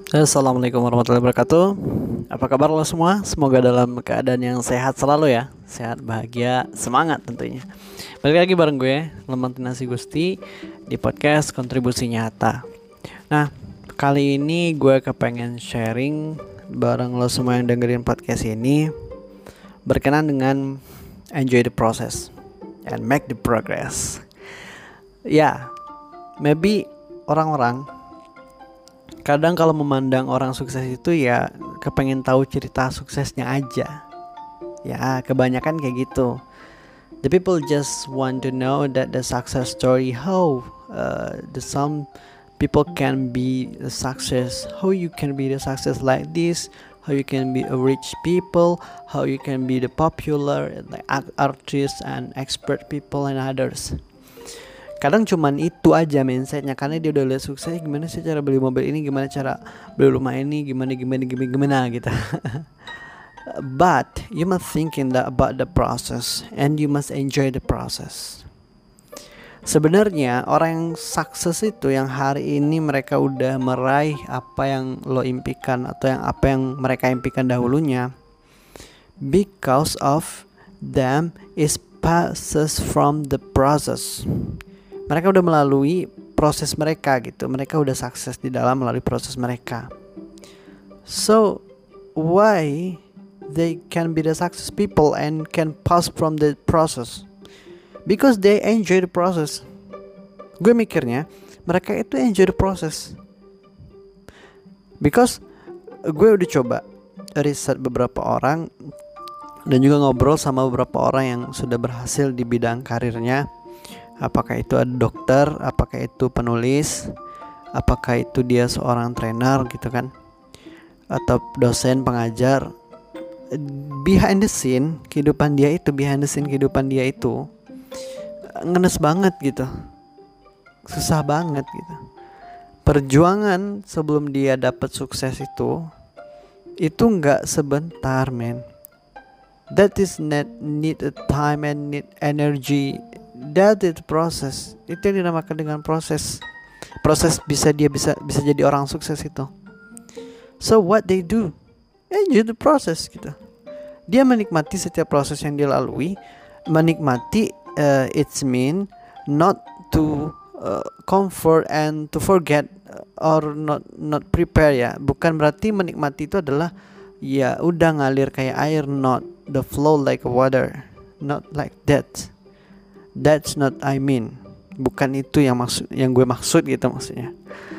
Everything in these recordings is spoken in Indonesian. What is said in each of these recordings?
Assalamualaikum warahmatullahi wabarakatuh. Apa kabar lo semua? Semoga dalam keadaan yang sehat selalu ya. Sehat, bahagia, semangat tentunya. Balik lagi bareng gue, Lemantinasi Gusti, di podcast Kontribusi Nyata. Nah, kali ini gue kepengen sharing bareng lo semua yang dengerin podcast ini, berkenan dengan enjoy the process and make the progress. Ya, maybe orang-orang kadang kalau memandang orang sukses itu ya kepengen tahu cerita suksesnya aja. Ya kebanyakan kayak gitu. The people just want to know that the success story, how the some people can be a success, how you can be the success like this, how you can be a rich people, how you can be the popular like artists and expert people and others. Kadang cuman itu aja mindsetnya, karena dia udah lihat sukses, gimana sih cara beli mobil ini, gimana cara beli rumah ini, gimana gitu. But you must thinking that about the process and you must enjoy the process. Sebenarnya orang yang sukses itu yang hari ini mereka udah meraih apa yang lo impikan atau yang apa yang mereka impikan dahulunya, because of them is passes from the process. Mereka udah melalui proses mereka gitu. Mereka udah sukses di dalam melalui proses mereka. So why they can be the success people and can pass from the process? Because they enjoy the process. Gue mikirnya mereka itu enjoy the process. Because gue udah coba riset beberapa orang dan juga ngobrol sama beberapa orang yang sudah berhasil di bidang karirnya. Apakah itu ada dokter, apakah itu penulis, apakah itu dia seorang trainer gitu kan, atau dosen, pengajar. Behind the scene kehidupan dia itu ngenes banget gitu, susah banget gitu. Perjuangan sebelum dia dapat sukses itu nggak sebentar, man. That is need a time and need energy. That is process. Itu yang dinamakan dengan proses. Proses bisa jadi orang sukses itu. So what they do, enjoy the process gitu. Dia menikmati setiap proses yang dia lalui. Menikmati it's mean not to comfort and to forget or not prepare ya. Bukan berarti menikmati itu adalah ya udah ngalir kayak air, not the flow like water, not like that. That's not I mean. Bukan itu yang gue maksud gitu maksudnya.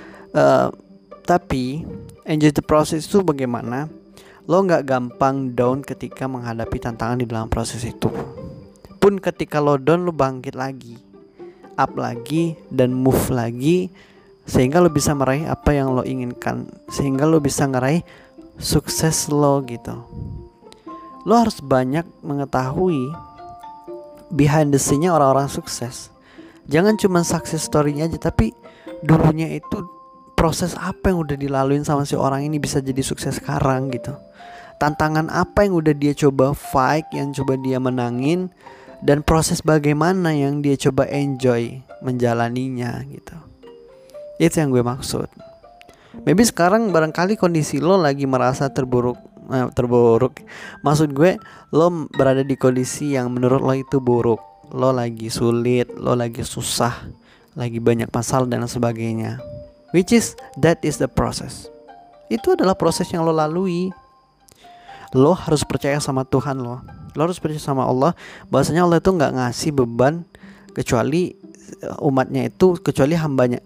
Tapi enjoy the process itu bagaimana lo gak gampang down ketika menghadapi tantangan di dalam proses itu. Pun ketika lo down, lo bangkit lagi, up lagi, dan move lagi, sehingga lo bisa meraih apa yang lo inginkan, sehingga lo bisa ngeraih sukses lo gitu. Lo harus banyak mengetahui behind the scene-nya orang-orang sukses. Jangan cuma success story-nya aja, tapi dulunya itu proses apa yang udah dilaluin sama si orang ini bisa jadi sukses sekarang gitu. Tantangan apa yang udah dia coba fight, yang coba dia menangin, dan proses bagaimana yang dia coba enjoy menjalaninya gitu. Itu yang gue maksud. Maybe sekarang barangkali kondisi lo lagi merasa terburuk. Maksud gue, lo berada di kondisi yang menurut lo itu buruk. Lo lagi sulit, lo lagi susah, lagi banyak masalah dan sebagainya. Which is, that is the process. Itu adalah proses yang lo lalui. Lo harus percaya sama Tuhan lo. Lo harus percaya sama Allah, bahwasanya Allah itu gak ngasih beban kecuali umatnya itu, kecuali hamba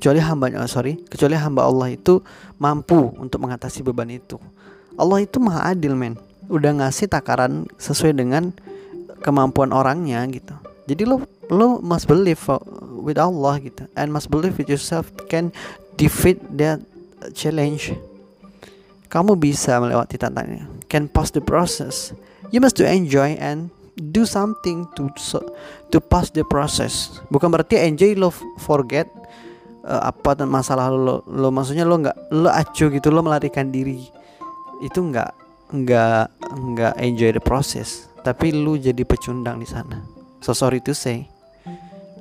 Allah itu mampu untuk mengatasi beban itu. Allah itu maha adil, men. Udah ngasih takaran sesuai dengan kemampuan orangnya gitu. Jadi lo must believe with Allah gitu, and must believe with yourself can defeat that challenge. Kamu bisa melewati tantangannya, can pass the process. You must to enjoy and do something to pass the process. Bukan berarti enjoy lo forget apa masalah lo maksudnya lo acuh gitu, lo melarikan diri. Itu nggak enjoy the process, tapi lu jadi pecundang di sana. So sorry to say.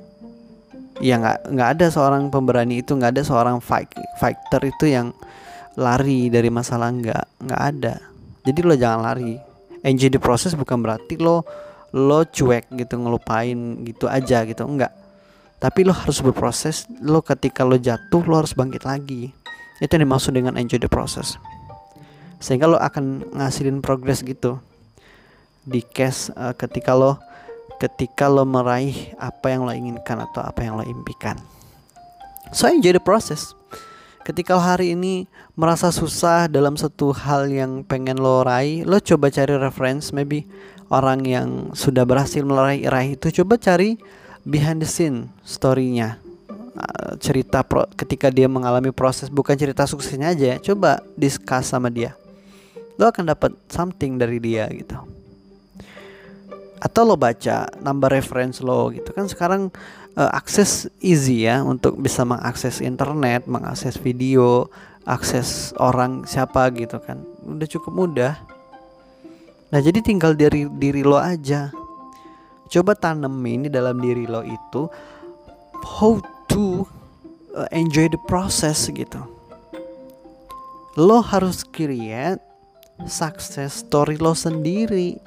Ya nggak ada seorang pemberani itu, nggak ada seorang fighter itu yang lari dari masalah, nggak ada. Jadi lo jangan lari. Enjoy the process bukan berarti lo cuek gitu, ngelupain gitu aja gitu, enggak. Tapi lo harus berproses. Lo ketika lo jatuh, lo harus bangkit lagi. Itu yang dimaksud dengan enjoy the process. Sehingga lo akan ngasilin progress gitu di case ketika lo meraih apa yang lo inginkan atau apa yang lo impikan. So enjoy the process. Ketika hari ini merasa susah dalam satu hal yang pengen lo raih, lo coba cari reference, maybe orang yang sudah berhasil meraih itu. Coba cari behind the scene story-nya, cerita ketika dia mengalami proses, bukan cerita suksesnya aja. Coba discuss sama dia, lo akan dapat something dari dia gitu. Atau lo baca, nambah reference lo gitu kan. Sekarang akses easy ya untuk bisa mengakses internet, mengakses video, akses orang siapa gitu kan, udah cukup mudah. Nah jadi tinggal dari diri lo aja. Coba tanemin di dalam diri lo itu how to enjoy the process gitu. Lo harus create success story lo sendiri.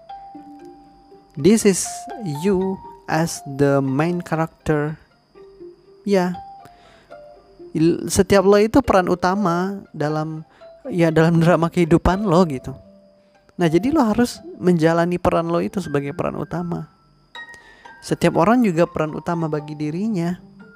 This is you as the main character. Ya, setiap lo itu peran utama dalam drama kehidupan lo gitu. Nah jadi lo harus menjalani peran lo itu sebagai peran utama. Setiap orang juga peran utama bagi dirinya.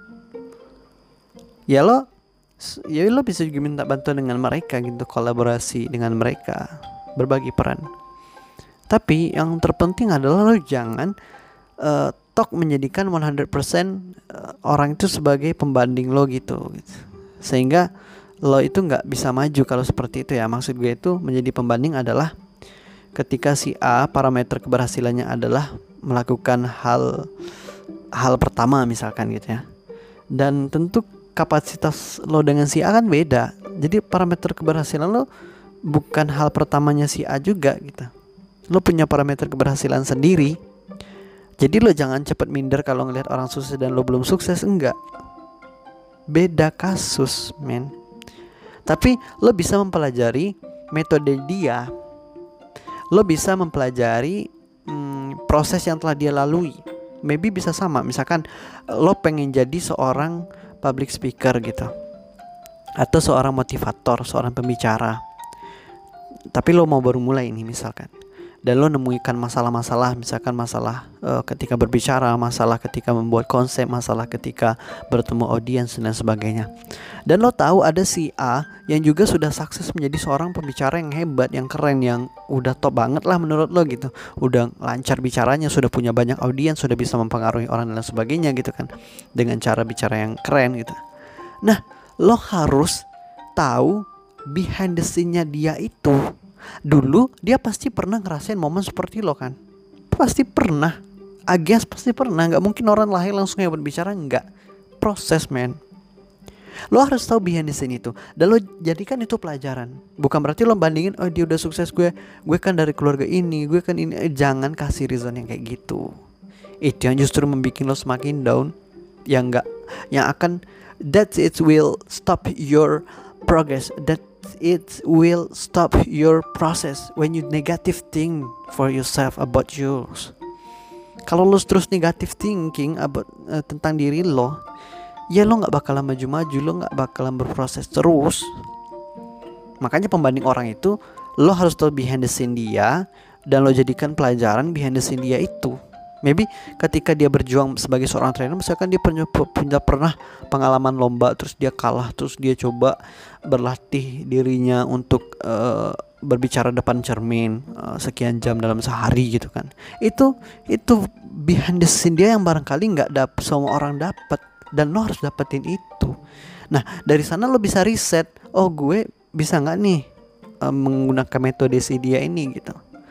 Ya lo bisa juga minta bantuan dengan mereka gitu, kolaborasi dengan mereka, berbagi peran. Tapi yang terpenting adalah lo jangan menjadikan 100% orang itu sebagai pembanding lo gitu. Sehingga lo itu gak bisa maju kalau seperti itu ya. Maksud gue itu menjadi pembanding adalah ketika si A parameter keberhasilannya adalah melakukan hal pertama misalkan gitu ya. Dan tentu kapasitas lo dengan si A kan beda. Jadi parameter keberhasilan lo bukan hal pertamanya si A juga gitu. Lo punya parameter keberhasilan sendiri. Jadi lo jangan cepet minder kalau ngelihat orang sukses dan lo belum sukses. Enggak, beda kasus men. Tapi lo bisa mempelajari metode dia. Lo bisa mempelajari proses yang telah dia lalui. Maybe bisa sama. Misalkan lo pengen jadi seorang public speaker gitu, atau seorang motivator, seorang pembicara. Tapi lo mau baru mulai ini misalkan, dan lo nemukan masalah-masalah, misalkan masalah ketika berbicara, masalah ketika membuat konsep, masalah ketika bertemu audiens dan sebagainya. Dan lo tahu ada si A yang juga sudah sukses menjadi seorang pembicara yang hebat, yang keren, yang udah top banget lah menurut lo gitu. Udah lancar bicaranya, sudah punya banyak audiens, sudah bisa mempengaruhi orang dan sebagainya gitu kan, dengan cara bicara yang keren gitu. Nah, lo harus tahu behind the scene-nya dia itu. Dulu dia pasti pernah ngerasain momen seperti lo kan. Pasti pernah. Agias pasti pernah. Gak mungkin orang lahir langsung hebat bicara. Enggak. Proses men. Lo harus tahu behind the scene itu, dan lo jadikan itu pelajaran. Bukan berarti lo bandingin, oh dia udah sukses, gue kan dari keluarga ini, gue kan ini. Jangan kasih reason yang kayak gitu. Itu yang justru membuat lo semakin down. Yang akan, that it will stop your progress. That it will stop your process when you negative think for yourself about yours. Kalau lo terus negative thinking about tentang diri lo, ya lo gak bakalan maju-maju, lo gak bakalan berproses terus. Makanya pembanding orang itu, lo harus tahu behind the scene dia, dan lo jadikan pelajaran behind the scene dia itu. Maybe ketika dia berjuang sebagai seorang trainer, misalkan dia pernah pengalaman lomba, terus dia kalah, terus dia coba berlatih dirinya untuk berbicara depan cermin sekian jam dalam sehari gitu kan. Itu behind the scene dia yang barangkali gak semua orang dapat, dan lo harus dapetin itu. Nah dari sana lo bisa riset, oh gue bisa gak nih menggunakan metode si dia ini gitu.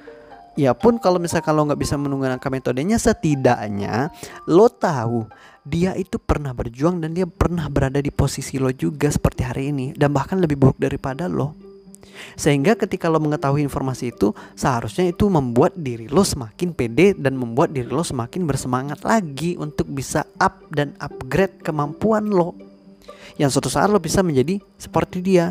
Ya pun kalau misalkan lo gak bisa menggunakan metodenya, setidaknya lo tahu dia itu pernah berjuang dan dia pernah berada di posisi lo juga seperti hari ini, dan bahkan lebih buruk daripada lo. Sehingga ketika lo mengetahui informasi itu, seharusnya itu membuat diri lo semakin pede dan membuat diri lo semakin bersemangat lagi untuk bisa up dan upgrade kemampuan lo, yang suatu saat lo bisa menjadi seperti dia.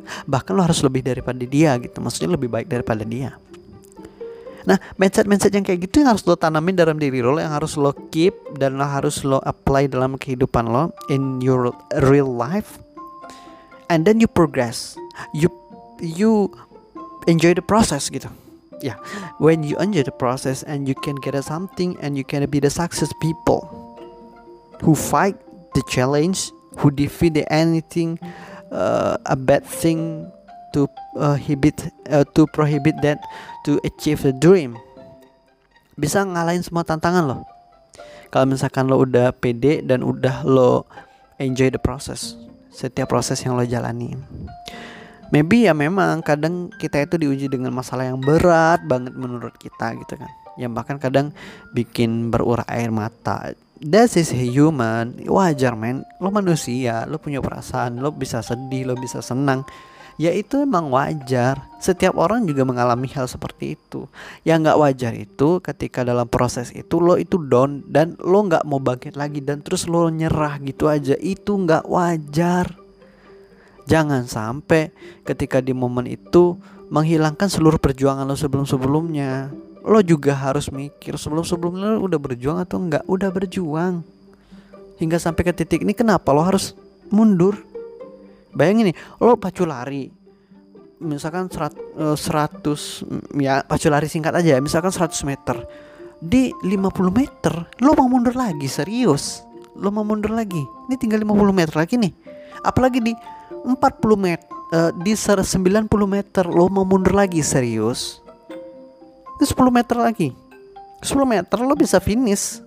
Bahkan lo harus lebih daripada dia gitu. Maksudnya lebih baik daripada dia. Nah, mindset yang kayak gitu yang harus lo tanamin dalam diri lo, yang harus lo keep dan lo harus lo apply dalam kehidupan lo in your real life. And then you progress. You enjoy the process gitu. Yeah, when you enjoy the process and you can get something and you can be the success people who fight the challenge, who defeat anything, a bad thing to prohibit that to achieve the dream. Bisa ngalahin semua tantangan lo. Kalau misalkan lo udah pede dan udah lo enjoy the process, setiap proses yang lo jalani. Maybe ya memang kadang kita itu diuji dengan masalah yang berat banget menurut kita gitu kan, yang bahkan kadang bikin berurai air mata. That is human, wajar men. Lo manusia, lo punya perasaan, lo bisa sedih, lo bisa senang. Ya itu emang wajar. Setiap orang juga mengalami hal seperti itu. Yang gak wajar itu ketika dalam proses itu lo itu down dan lo gak mau bangkit lagi dan terus lo nyerah gitu aja. Itu gak wajar. Jangan sampai ketika di momen itu menghilangkan seluruh perjuangan lo sebelum-sebelumnya. Lo juga harus mikir sebelum-sebelumnya lo udah berjuang atau enggak. Udah berjuang hingga sampai ke titik ini, kenapa lo harus mundur? Bayangin nih, lo pacu lari misalkan 100 ya, pacu lari singkat aja, misalkan 100 meter. Di 50 meter lo mau mundur lagi, serius? Lo mau mundur lagi? Ini tinggal 50 meter lagi nih. Apalagi di 40 meter, di 90 meter lo mau mundur lagi, serius? Itu 10 meter lagi. 10 meter lo bisa finish.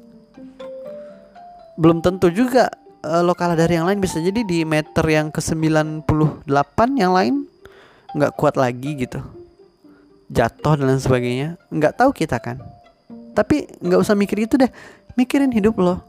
Belum tentu juga lo kalah dari yang lain. Bisa jadi di meter yang ke 98 yang lain gak kuat lagi gitu, jatuh dan lain sebagainya. Gak tahu kita kan. Tapi gak usah mikir itu deh. Mikirin hidup lo.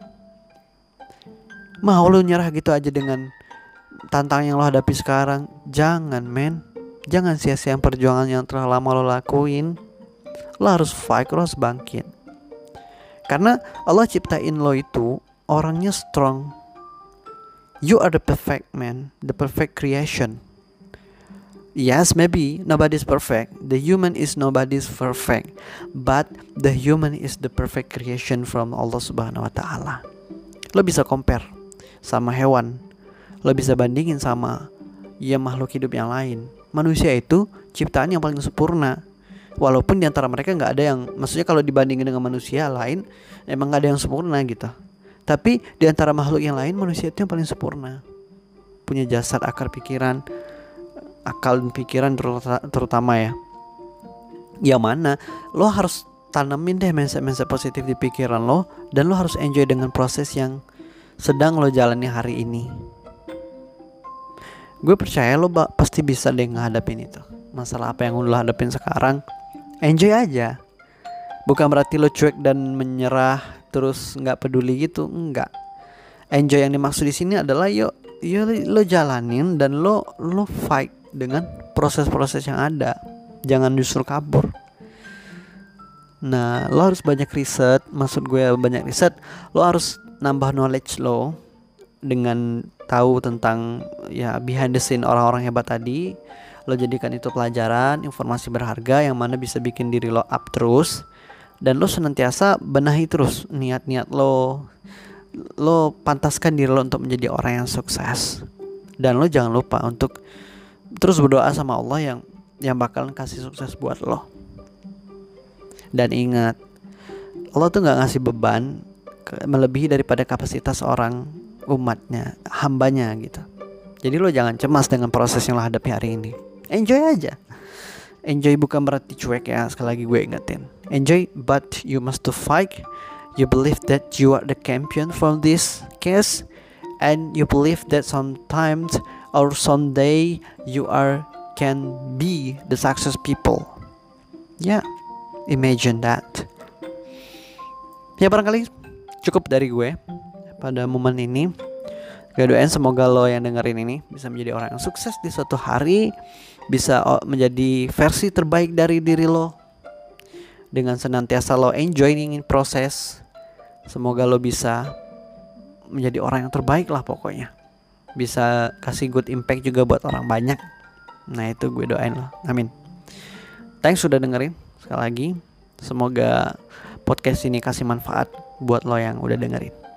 Mau lo nyerah gitu aja dengan tantangan yang lo hadapi sekarang? Jangan men. Jangan sia-siain perjuangan yang telah lama lo lakuin. Lo harus fight, lo harus bangkit. Karena Allah ciptain lo itu orangnya strong. You are the perfect man, the perfect creation. Yes, maybe nobody's perfect. The human is nobody's perfect, but the human is the perfect creation from Allah Subhanahu wa taala. Lo bisa compare sama hewan. Lo bisa bandingin sama ya makhluk hidup yang lain. Manusia itu ciptaan yang paling sempurna. Walaupun di antara mereka gak ada yang, maksudnya kalau dibandingin dengan manusia lain emang gak ada yang sempurna gitu. Tapi di antara makhluk yang lain, manusia itu yang paling sempurna. Punya jasad, akal, pikiran, akal dan pikiran terutama ya. Yang mana lo harus tanemin deh mindset positif di pikiran lo. Dan lo harus enjoy dengan proses yang sedang lo jalani hari ini. Gue percaya lo pasti bisa deh ngadapin itu. Masalah apa yang lo hadapin sekarang, enjoy aja. Bukan berarti lo cuek dan menyerah terus nggak peduli gitu, enggak. Enjoy yang dimaksud di sini adalah yuk lo jalanin dan lo fight dengan proses-proses yang ada. Jangan justru kabur. Nah, lo harus banyak riset. Maksud gue banyak riset, lo harus nambah knowledge lo dengan tahu tentang ya behind the scene orang-orang hebat tadi. Lo jadikan itu pelajaran, informasi berharga yang mana bisa bikin diri lo up terus. Dan lo senantiasa benahi terus niat-niat lo. Lo pantaskan diri lo untuk menjadi orang yang sukses. Dan lo jangan lupa untuk terus berdoa sama Allah yang bakalan kasih sukses buat lo. Dan ingat, Allah tuh gak ngasih beban melebihi daripada kapasitas orang umatnya, hambanya gitu. Jadi lo jangan cemas dengan proses yang lo hadapi hari ini. Enjoy aja. Enjoy bukan berarti cuek ya, sekali lagi gue ingetin. Enjoy, but you must to fight. You believe that you are the champion from this case, and you believe that sometimes or someday you can be the success people. Ya, imagine that. Ya barangkali cukup dari gue pada momen ini. Gue doain semoga lo yang dengerin ini bisa menjadi orang yang sukses di suatu hari, bisa menjadi versi terbaik dari diri lo dengan senantiasa lo enjoying proses. Semoga lo bisa menjadi orang yang terbaik lah pokoknya. Bisa kasih good impact juga buat orang banyak. Nah itu gue doain lo, amin. Thanks sudah dengerin. Sekali lagi, semoga podcast ini kasih manfaat buat lo yang udah dengerin.